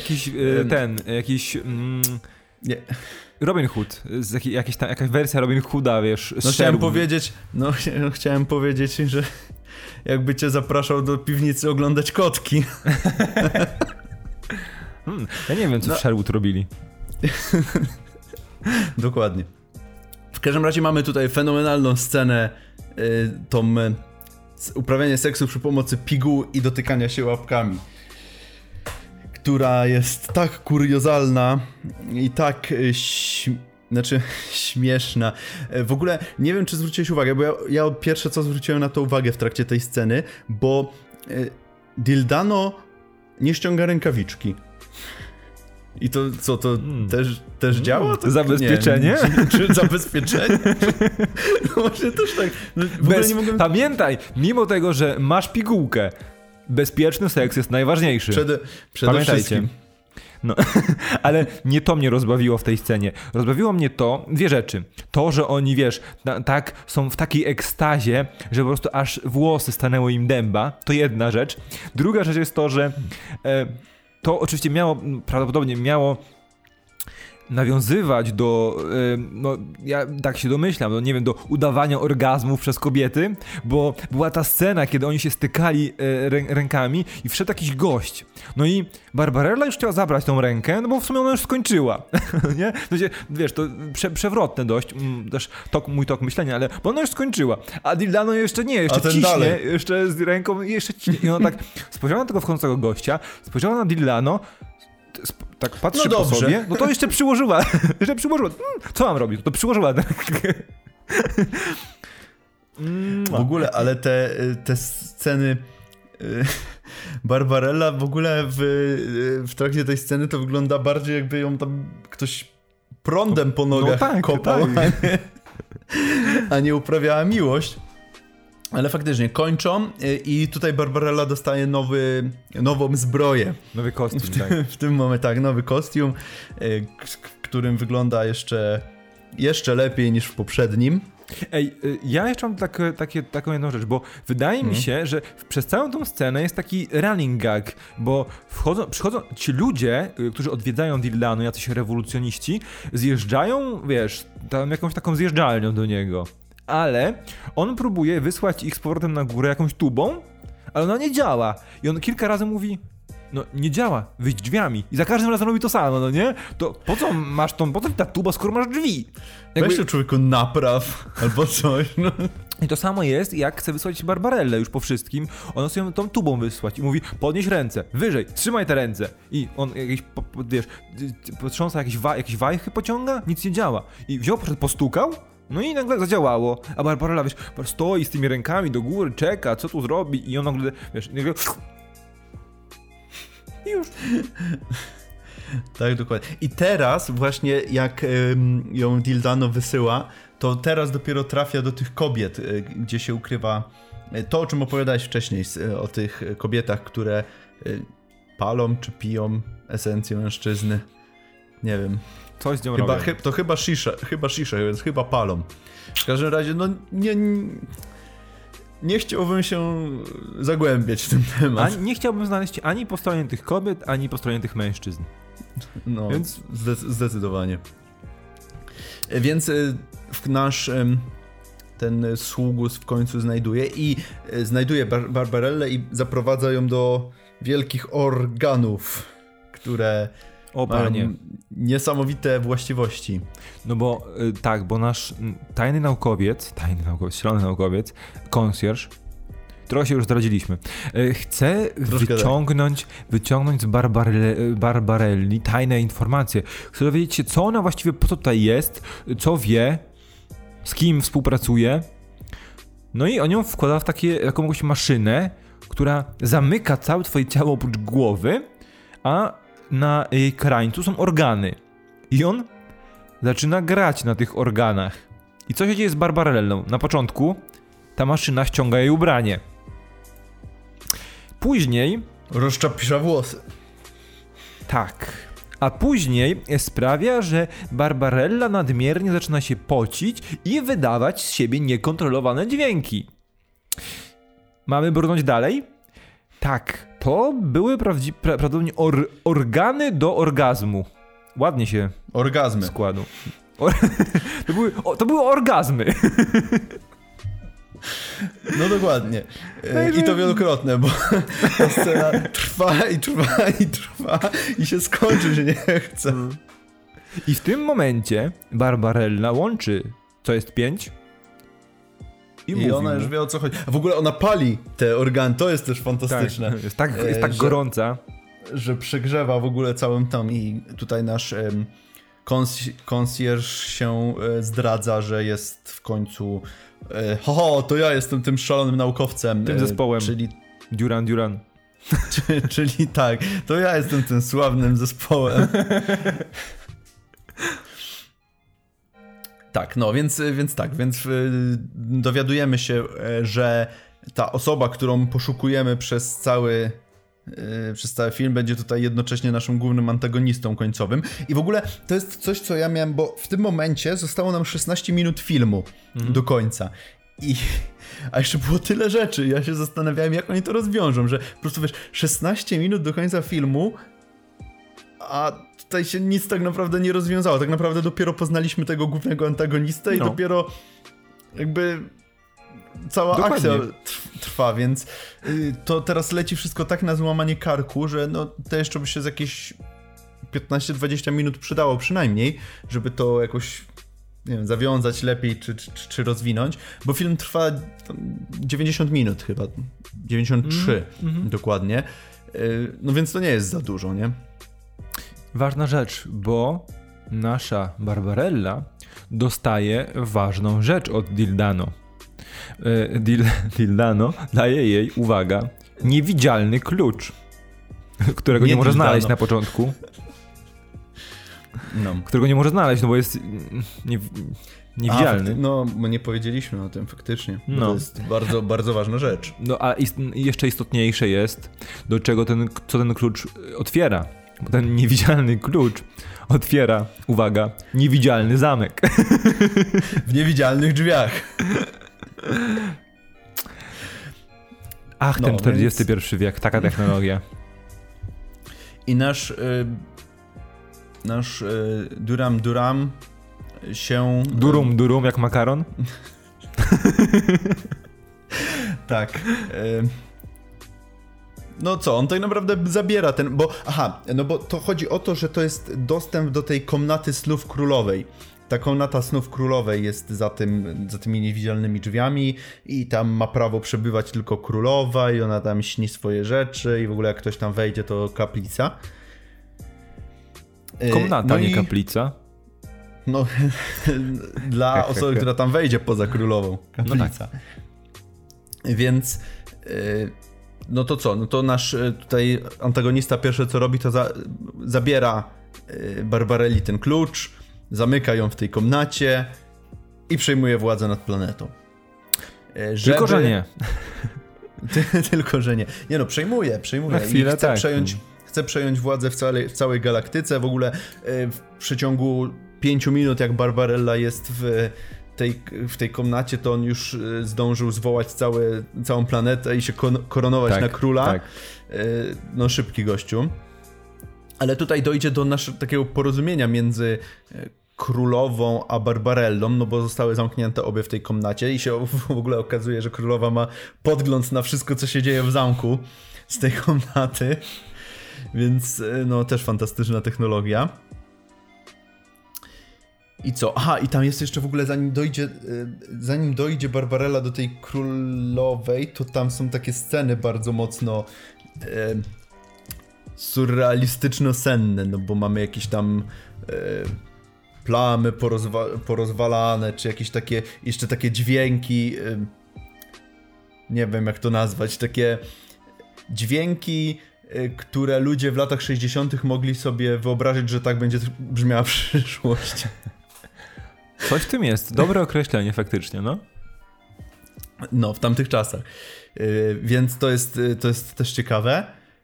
nie. Robin Hood, jakaś wersja Robin Hooda, wiesz, chciałem powiedzieć, że jakby cię zapraszał do piwnicy oglądać kotki. Ja nie wiem, co w Sherwood robili. Dokładnie. W każdym razie mamy tutaj fenomenalną scenę, uprawianie seksu przy pomocy piguł i dotykania się łapkami, która jest tak kuriozalna i tak śmieszna. W ogóle nie wiem, czy zwróciłeś uwagę, bo ja pierwsze co zwróciłem na to uwagę w trakcie tej sceny, bo Dildano nie ściąga rękawiczki. I to co, to też działa? To, zabezpieczenie? Nie, czy zabezpieczenie? No właśnie też tak. No, Pamiętaj, mimo tego, że masz pigułkę, bezpieczny seks jest najważniejszy. Przede wszystkim. No, ale nie to mnie rozbawiło w tej scenie. Rozbawiło mnie dwie rzeczy. To, że oni, wiesz, tak są w takiej ekstazie, że po prostu aż włosy stanęły im dęba. To jedna rzecz. Druga rzecz jest to, że to oczywiście prawdopodobnie miało nawiązywać do, no ja tak się domyślam, no nie wiem, do udawania orgazmów przez kobiety, bo była ta scena, kiedy oni się stykali rękami i wszedł jakiś gość. No i Barbarella już chciała zabrać tą rękę, no bo w sumie ona już skończyła, nie? Wiesz, to przewrotne dość, też mój tok myślenia, ale bo ona już skończyła, a Dillano jeszcze nie, jeszcze ciśnie, dalej. Jeszcze z ręką, jeszcze ciśnie. I ona tak spojrzała na tego wchodzącego gościa, spojrzała na Dillano, tak patrzy po sobie, no to jeszcze przyłożyła. Co mam robić? To przyłożyła. W ogóle, ale te sceny Barbarella w ogóle w trakcie tej sceny to wygląda bardziej, jakby ją tam ktoś prądem po nogach kopał, tak. A nie uprawiała miłość. Ale faktycznie kończą i tutaj Barbarella dostaje nową zbroję. Nowy kostium, w tym momencie, tak, nowy kostium, którym wygląda jeszcze lepiej niż w poprzednim. Ej, ja jeszcze mam taką jedną rzecz, bo wydaje mi się, że przez całą tą scenę jest taki running gag, bo przychodzą ci ludzie, którzy odwiedzają Dillano, jacyś rewolucjoniści, zjeżdżają, wiesz, tam jakąś taką zjeżdżalnią do niego. Ale on próbuje wysłać ich z powrotem na górę jakąś tubą, ale ona nie działa. I on kilka razy mówi, no nie działa, wyjdź drzwiami. I za każdym razem robi to samo, no nie? To po co ta tuba, skoro masz drzwi? Weź to człowieku napraw, albo coś, no. I to samo jest, jak chce wysłać Barbarellę już po wszystkim. On chce ją tą tubą wysłać i mówi, podnieś ręce, wyżej, trzymaj te ręce. I on jakieś, wiesz, potrząsa jakieś wajchy pociąga, nic nie działa. I wziął, postukał, no i nagle zadziałało, a Barbarella, wiesz, stoi z tymi rękami do góry, czeka, co tu zrobi i on nagle, wiesz, nagle... I już. Tak, dokładnie. I teraz właśnie jak ją Dillano wysyła, to teraz dopiero trafia do tych kobiet, gdzie się ukrywa to, o czym opowiadałeś wcześniej, o tych kobietach, które palą czy piją esencję mężczyzny. Nie wiem. Coś z nią robią. To chyba shisha, więc chyba palą. W każdym razie, no nie chciałbym się zagłębiać w ten temat. Nie chciałbym znaleźć ani po stronie tych kobiet, ani po stronie tych mężczyzn. No, więc zdecydowanie. Więc nasz ten sługus w końcu znajduje Barbarellę i zaprowadza ją do wielkich organów, które mają niesamowite właściwości. No bo tak, bo nasz tajny naukowiec, szalony naukowiec, concierge, trochę się już zdradziliśmy, chce wyciągnąć z Barbarelli tajne informacje. Chce dowiedzieć się, co ona właściwie, po co tutaj jest, co wie, z kim współpracuje. No i on ją wkłada w jakąś maszynę, która zamyka całe twoje ciało oprócz głowy, a na jej krańcu są organy. I on zaczyna grać na tych organach. I co się dzieje z Barbarellą? Na początku ta maszyna ściąga jej ubranie. Później... rozczapisza włosy. Tak. A później sprawia, że Barbarella nadmiernie zaczyna się pocić i wydawać z siebie niekontrolowane dźwięki. Mamy brnąć dalej? Tak, to były prawdopodobnie organy do orgazmu. Ładnie się orgazmy składał. To były orgazmy. No dokładnie. I to wielokrotne, bo ta scena trwa i się skończy, że nie chce. I w tym momencie Barbarella łączy, co jest 5. I ona już wie, o co chodzi. A w ogóle ona pali te organy, to jest też fantastyczne. Tak, jest tak gorąca. Że przegrzewa w ogóle całym tam i tutaj nasz concierge się zdradza, że jest w końcu to ja jestem tym szalonym naukowcem. Tym zespołem. Czyli Duran. Czyli tak, to ja jestem tym sławnym zespołem. Tak, no więc dowiadujemy się, że ta osoba, którą poszukujemy przez cały film, będzie tutaj jednocześnie naszym głównym antagonistą końcowym. I w ogóle to jest coś, co ja miałem, bo w tym momencie zostało nam 16 minut filmu do końca. A jeszcze było tyle rzeczy. Ja się zastanawiałem, jak oni to rozwiążą, że po prostu wiesz, 16 minut do końca filmu, a tutaj się nic tak naprawdę nie rozwiązało. Tak naprawdę dopiero poznaliśmy tego głównego antagonistę i dopiero jakby cała akcja trwa, więc to teraz leci wszystko tak na złamanie karku, że no to jeszcze by się z jakieś 15-20 minut przydało przynajmniej, żeby to jakoś, nie wiem, zawiązać lepiej czy rozwinąć, bo film trwa 90 minut chyba, 93 dokładnie, no więc to nie jest za dużo, nie? Ważna rzecz, bo nasza Barbarella dostaje ważną rzecz od Dildano. Dildano daje jej, uwaga, niewidzialny klucz, którego nie może znaleźć na początku. No. Którego nie może znaleźć, no bo jest niewidzialny. No, bo nie powiedzieliśmy o tym faktycznie. No. To jest bardzo, bardzo ważna rzecz. No, a jeszcze istotniejsze jest, do czego co ten klucz otwiera. Bo ten niewidzialny klucz otwiera, uwaga, niewidzialny zamek. W niewidzialnych drzwiach. Ach, ten XXI wiek, taka technologia. I nasz Duram się... Durum, jak makaron? Tak. No co, on tak naprawdę zabiera ten, bo to chodzi o to, że to jest dostęp do tej komnaty snów królowej. Ta komnata snów królowej jest za tymi niewidzialnymi drzwiami i tam ma prawo przebywać tylko królowa i ona tam śni swoje rzeczy i w ogóle jak ktoś tam wejdzie, to kaplica. Komnata, nie kaplica. No, dla osoby, która tam wejdzie poza królową. Kaplica. No tak. Więc... No to co? No to nasz tutaj antagonista pierwsze co robi, to zabiera Barbarelli ten klucz, zamyka ją w tej komnacie i przejmuje władzę nad planetą. Tylko, że nie. Tylko, że nie. Nie no, przejmuje. Na chwilę, chce przejąć władzę w całej galaktyce. W ogóle w przeciągu 5 minut, jak Barbarella jest w tej komnacie, to on już zdążył zwołać całą planetę i się koronować na króla. Tak. No szybki gościu. Ale tutaj dojdzie do takiego porozumienia między królową a Barbarellą, no bo zostały zamknięte obie w tej komnacie i się w ogóle okazuje, że królowa ma podgląd na wszystko, co się dzieje w zamku z tej komnaty. Więc no też fantastyczna technologia. I co? Aha, i tam jest jeszcze w ogóle, zanim dojdzie Barbarella do tej królowej, to tam są takie sceny bardzo mocno surrealistyczno-senne, no bo mamy jakieś tam plamy porozwalane, czy jakieś takie, jeszcze takie dźwięki, nie wiem jak to nazwać, takie dźwięki, które ludzie w latach 60. mogli sobie wyobrazić, że tak będzie brzmiała przyszłość. Coś w tym jest. Dobre określenie faktycznie, no. No, w tamtych czasach. Więc to jest też ciekawe.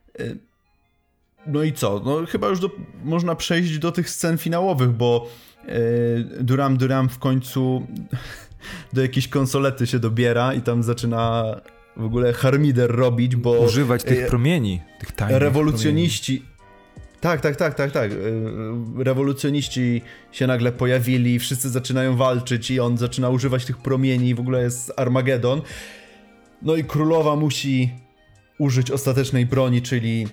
No i co? No chyba już można przejść do tych scen finałowych, bo Duram w końcu do jakiejś konsolety się dobiera i tam zaczyna w ogóle harmider robić, bo... Używać tych promieni, tych tajnych rewolucjoniści... promieni. Tak. Rewolucjoniści się nagle pojawili, wszyscy zaczynają walczyć i on zaczyna używać tych promieni, w ogóle jest Armagedon. No i królowa musi użyć ostatecznej broni, czyli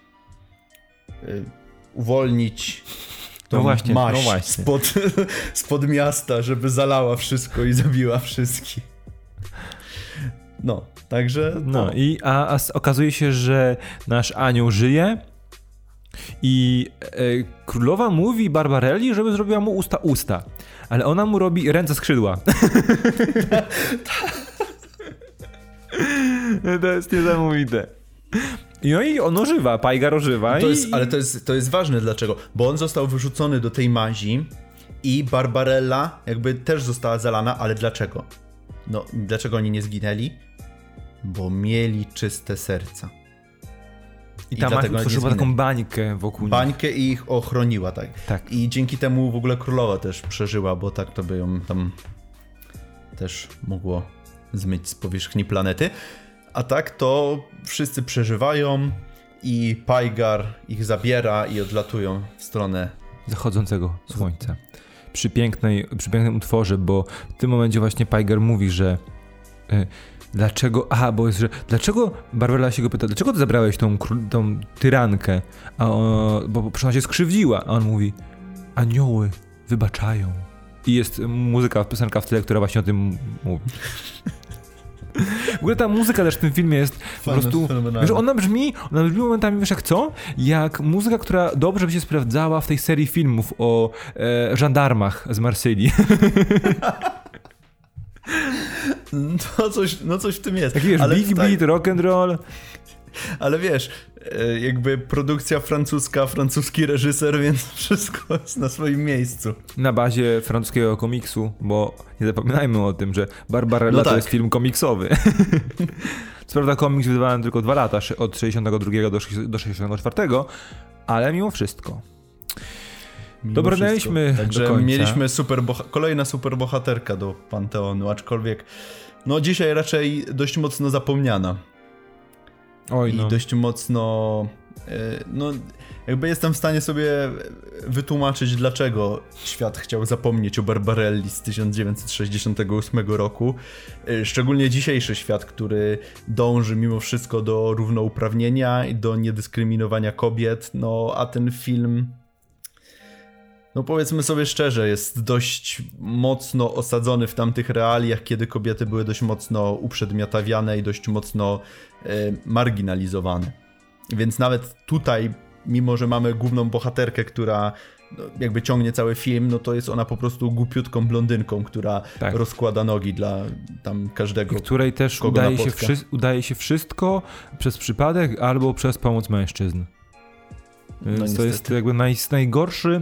uwolnić tą maść spod miasta, żeby zalała wszystko i zabiła wszystkich. No, także... No i a okazuje się, że nasz anioł żyje i królowa mówi Barbarelli, żeby zrobiła mu usta, ale ona mu robi ręce skrzydła. To jest niesamowite. No i on ożywa, Pajgar ożywa. Ale to jest ważne, dlaczego? Bo on został wyrzucony do tej mazi i Barbarella jakby też została zalana, ale dlaczego? No, dlaczego oni nie zginęli? Bo mieli czyste serca. I ta magia tworzyła taką bańkę wokół nich. Bańkę i ich ochroniła, tak. I dzięki temu w ogóle królowa też przeżyła, bo tak to by ją tam też mogło zmyć z powierzchni planety. A tak to wszyscy przeżywają i Pajgar ich zabiera i odlatują w stronę zachodzącego słońca. Przy pięknym utworze, bo w tym momencie właśnie Pajgar mówi, że dlaczego, dlaczego Barbarella się go pyta, dlaczego ty zabrałeś tą tyrankę, bo ona się skrzywdziła, a on mówi, anioły wybaczają. I jest piosenka w tle, która właśnie o tym mówi. W ogóle ta muzyka też w tym filmie jest po prostu, wiesz, ona brzmi momentami, wiesz jak co? Jak muzyka, która dobrze by się sprawdzała w tej serii filmów o żandarmach z Marsylii. No coś w tym jest. Taki wiesz, ale big beat, rock and roll. Ale wiesz, jakby produkcja francuska, francuski reżyser, więc wszystko jest na swoim miejscu. Na bazie francuskiego komiksu, bo nie zapominajmy o tym, że Barbarella to jest film komiksowy. Co prawda komiks wydawany tylko 2 lata, od 62 do 64, ale mimo wszystko. Dobrnęliśmy do końca. Mieliśmy kolejna superbohaterka do Panteonu, aczkolwiek no dzisiaj raczej dość mocno zapomniana. I dość mocno jakby jestem w stanie sobie wytłumaczyć, dlaczego świat chciał zapomnieć o Barbarelli z 1968 roku. Szczególnie dzisiejszy świat, który dąży mimo wszystko do równouprawnienia i do niedyskryminowania kobiet, a ten film, powiedzmy sobie szczerze, jest dość mocno osadzony w tamtych realiach, kiedy kobiety były dość mocno uprzedmiotawiane i dość mocno marginalizowane. Więc nawet tutaj, mimo że mamy główną bohaterkę, która jakby ciągnie cały film, to jest ona po prostu głupiutką blondynką, która rozkłada nogi dla tam każdego, której też udaje się wszystko przez przypadek albo przez pomoc mężczyzn. Więc to jest jakby najgorszy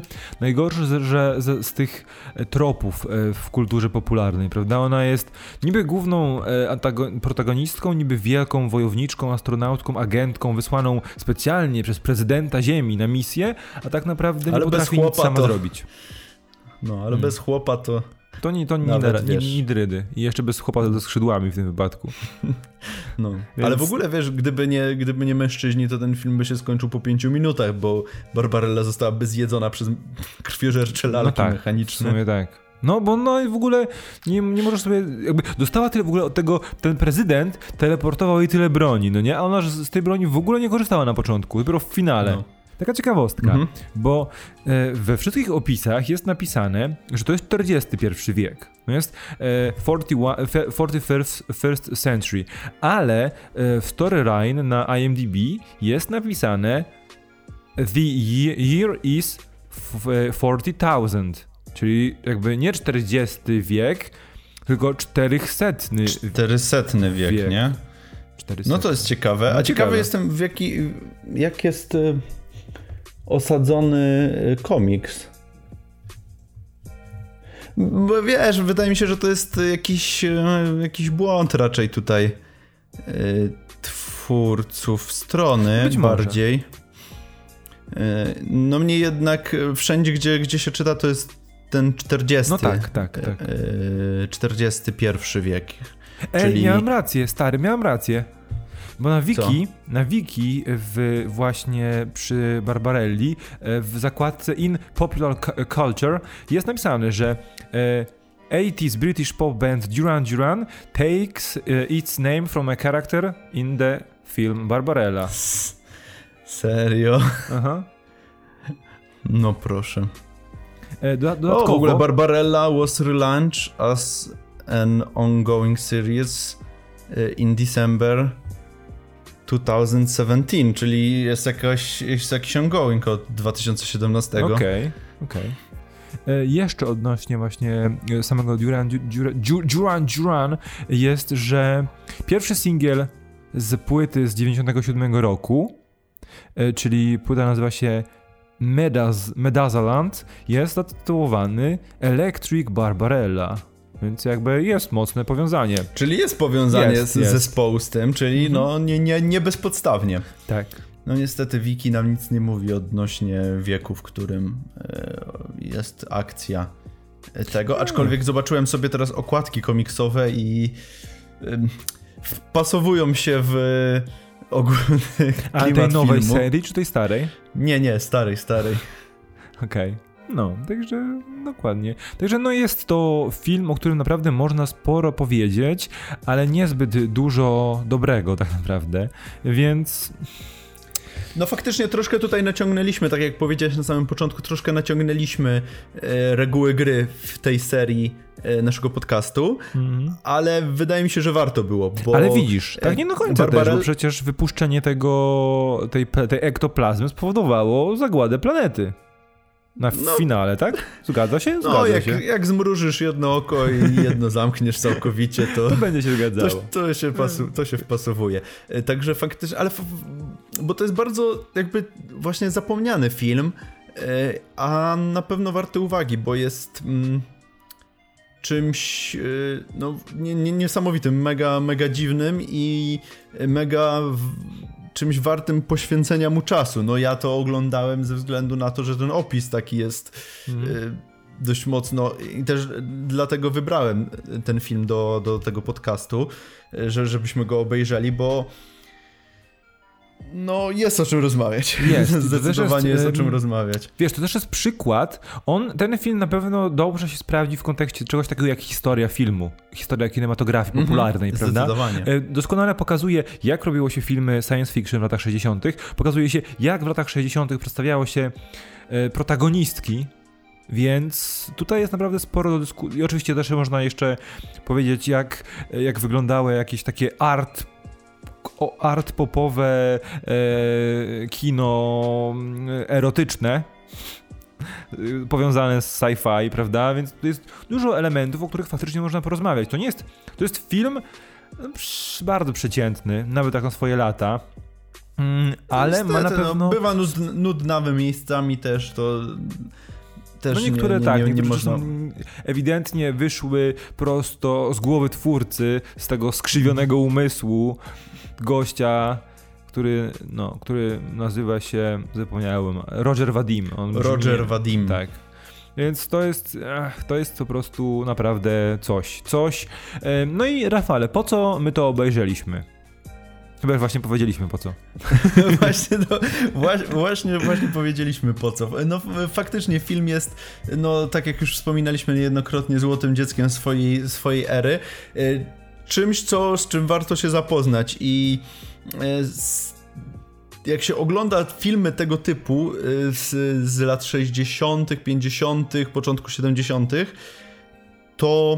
z tych tropów w kulturze popularnej, prawda? Ona jest niby główną protagonistką, niby wielką wojowniczką, astronautką, agentką wysłaną specjalnie przez prezydenta Ziemi na misję, a tak naprawdę nie potrafi nic sama zrobić. Ale bez chłopa to nie drydy. I jeszcze bez chłopa ze skrzydłami w tym wypadku. Więc... Ale w ogóle wiesz, gdyby nie mężczyźni, to ten film by się skończył po 5 minutach, bo Barbarella zostałaby zjedzona przez krwiożercze lalki mechaniczne. W sumie tak. Bo i w ogóle nie możesz sobie, jakby dostała tyle w ogóle od tego, ten prezydent teleportował jej tyle broni, nie? A ona z tej broni w ogóle nie korzystała na początku, dopiero w finale. Taka ciekawostka, bo we wszystkich opisach jest napisane, że to jest XXI wiek. To jest 41st century, ale w Storyline na IMDb jest napisane the year is 40,000, czyli jakby nie 40 wiek, tylko 400 wiek, nie? 400. To jest ciekawe. A ciekawy jestem, jak jest osadzony komiks. Bo wiesz, wydaje mi się, że to jest jakiś błąd raczej tutaj twórców strony. Być bardziej. Mnie jednak wszędzie, gdzie się czyta, to jest ten 40. Tak. 41 wiek. Czyli... miałem rację, stary, miałem rację. Bo na wiki właśnie przy Barbarelli w zakładce In Popular Culture jest napisane, że 80s British pop band Duran Duran takes its name from a character in the film Barbarella. Serio? Aha. No proszę. Dodatkowo... w ogóle Barbarella was relaunched as an ongoing series in December 2017, czyli jest jakiś ongoing od 2017. Okej. Jeszcze odnośnie właśnie samego Duran Duran jest, że pierwszy singiel z płyty z 97 roku, czyli płyta nazywa się Medazaland, jest zatytułowany Electric Barbarella. Więc jakby jest mocne powiązanie. Czyli jest powiązanie z zespołu z tym, czyli no nie bezpodstawnie. Tak. No niestety wiki nam nic nie mówi odnośnie wieku, w którym jest akcja tego, aczkolwiek zobaczyłem sobie teraz okładki komiksowe i wpasowują się w ogólny klimat A tej nowej filmu. serii, czy tej starej? Nie, starej. Okej. No, także dokładnie. Także no jest to film, o którym naprawdę można sporo powiedzieć, ale niezbyt dużo dobrego tak naprawdę, więc... No faktycznie troszkę tutaj naciągnęliśmy, tak jak powiedziałeś na samym początku, troszkę naciągnęliśmy reguły gry w tej serii naszego podcastu, ale wydaje mi się, że warto było, bo... Ale widzisz, tak nie do końca też, bo przecież wypuszczenie tej ektoplazmy spowodowało zagładę planety. Na finale, tak? Zgadza się? Zgadza się. Jak zmrużysz jedno oko i jedno zamkniesz całkowicie, to będzie się zgadzało. To się wpasowuje. Także faktycznie, ale bo to jest bardzo jakby właśnie zapomniany film, a na pewno warty uwagi, bo jest czymś no, niesamowitym, mega dziwnym i mega czymś wartym poświęcenia mu czasu. No ja to oglądałem ze względu na to, że ten opis taki jest dość mocno i też dlatego wybrałem ten film do tego podcastu, żebyśmy go obejrzeli, bo no jest o czym rozmawiać. Zdecydowanie jest o czym rozmawiać. Wiesz, to też jest przykład. Ten film na pewno dobrze się sprawdzi w kontekście czegoś takiego jak historia filmu. Historia kinematografii popularnej, prawda? Zdecydowanie. Doskonale pokazuje, jak robiło się filmy science fiction w latach 60. Pokazuje się, jak w latach 60. przedstawiało się protagonistki. Więc tutaj jest naprawdę sporo do dyskusji. I oczywiście też można jeszcze powiedzieć, jak wyglądały jakieś takie art popowe kino erotyczne powiązane z sci-fi, prawda? Więc to jest dużo elementów, o których faktycznie można porozmawiać. To jest film bardzo przeciętny, nawet jak na swoje lata. Ale niestety, ma na pewno... bywa nudnawy miejscami też, to... No niektóre nie można... ewidentnie wyszły prosto z głowy twórcy, z tego skrzywionego umysłu gościa, który nazywa się, zapomniałem, Roger Vadim. Vadim. Tak. Więc to jest po prostu naprawdę coś. No i Rafale, po co my to obejrzeliśmy? Chyba właśnie powiedzieliśmy po co. Właśnie powiedzieliśmy po co. No faktycznie film jest, no tak jak już wspominaliśmy niejednokrotnie, złotym dzieckiem swojej ery. Czymś, z czym warto się zapoznać i jak się ogląda filmy tego typu z lat 60., 50., początku 70., to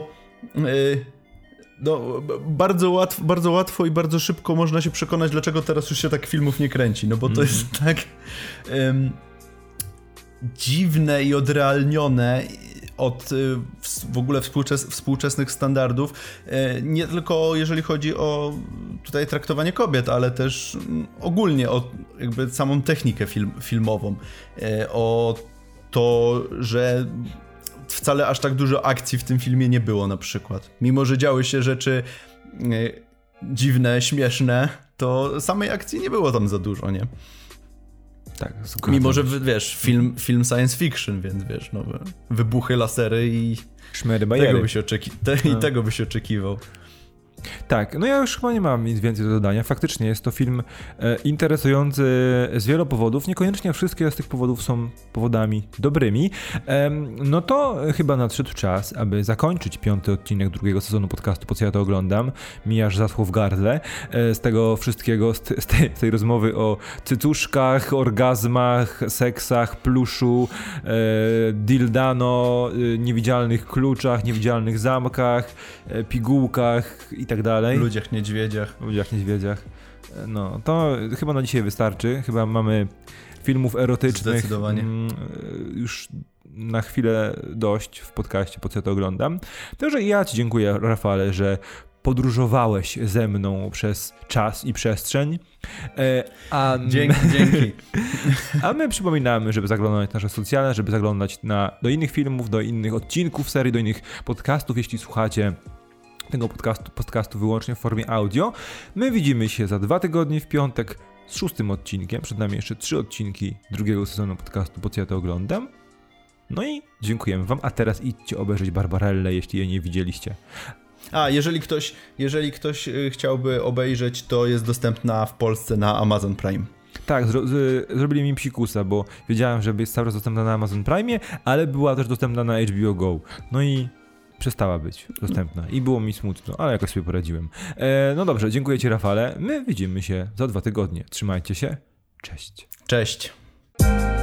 no, bardzo łatwo i bardzo szybko można się przekonać, dlaczego teraz już się tak filmów nie kręci, no bo to jest tak dziwne i odrealnione od w ogóle współczesnych standardów, nie tylko jeżeli chodzi o tutaj traktowanie kobiet, ale też ogólnie o jakby samą technikę filmową, o to, że wcale aż tak dużo akcji w tym filmie nie było na przykład. Mimo że działy się rzeczy dziwne, śmieszne, to samej akcji nie było tam za dużo, nie? Tak, mimo że wiesz, film science fiction, więc wiesz, no, wybuchy, lasery i szmery, bajery. Tego by się oczekiwał. Tak, no ja już chyba nie mam nic więcej do dodania. Faktycznie jest to film interesujący z wielu powodów. Niekoniecznie wszystkie z tych powodów są powodami dobrymi. No to chyba nadszedł czas, aby zakończyć 5. odcinek 2. sezonu podcastu Po co ja to oglądam. Mi aż zaschło w gardle z tego wszystkiego, z tej rozmowy o cycuszkach, orgazmach, seksach, pluszu, dildano, niewidzialnych kluczach, niewidzialnych zamkach, pigułkach i tak dalej. Ludziach niedźwiedziach. No, to chyba na dzisiaj wystarczy. Chyba mamy filmów erotycznych. Zdecydowanie. Już na chwilę dość w podcaście Po co ja to oglądam. Także ja ci dziękuję, Rafale, że podróżowałeś ze mną przez czas i przestrzeń. Dzięki. A my przypominamy, żeby zaglądać na nasze socjale, żeby zaglądać do innych filmów, do innych odcinków serii, do innych podcastów, jeśli słuchacie tego podcastu wyłącznie w formie audio. My widzimy się za 2 tygodnie w piątek z 6. odcinkiem. Przed nami jeszcze 3 odcinki drugiego sezonu podcastu Po co ja to oglądam. No i dziękujemy wam, a teraz idźcie obejrzeć Barbarellę, jeśli jej nie widzieliście. A, jeżeli ktoś chciałby obejrzeć, to jest dostępna w Polsce na Amazon Prime. Tak, zrobili mi psikusa, bo wiedziałem, że jest cały czas dostępna na Amazon Prime, ale była też dostępna na HBO Go. No i przestała być dostępna i było mi smutno, ale jakoś sobie poradziłem. No dobrze, dziękuję ci, Rafale. My widzimy się za 2 tygodnie. Trzymajcie się. Cześć. Cześć.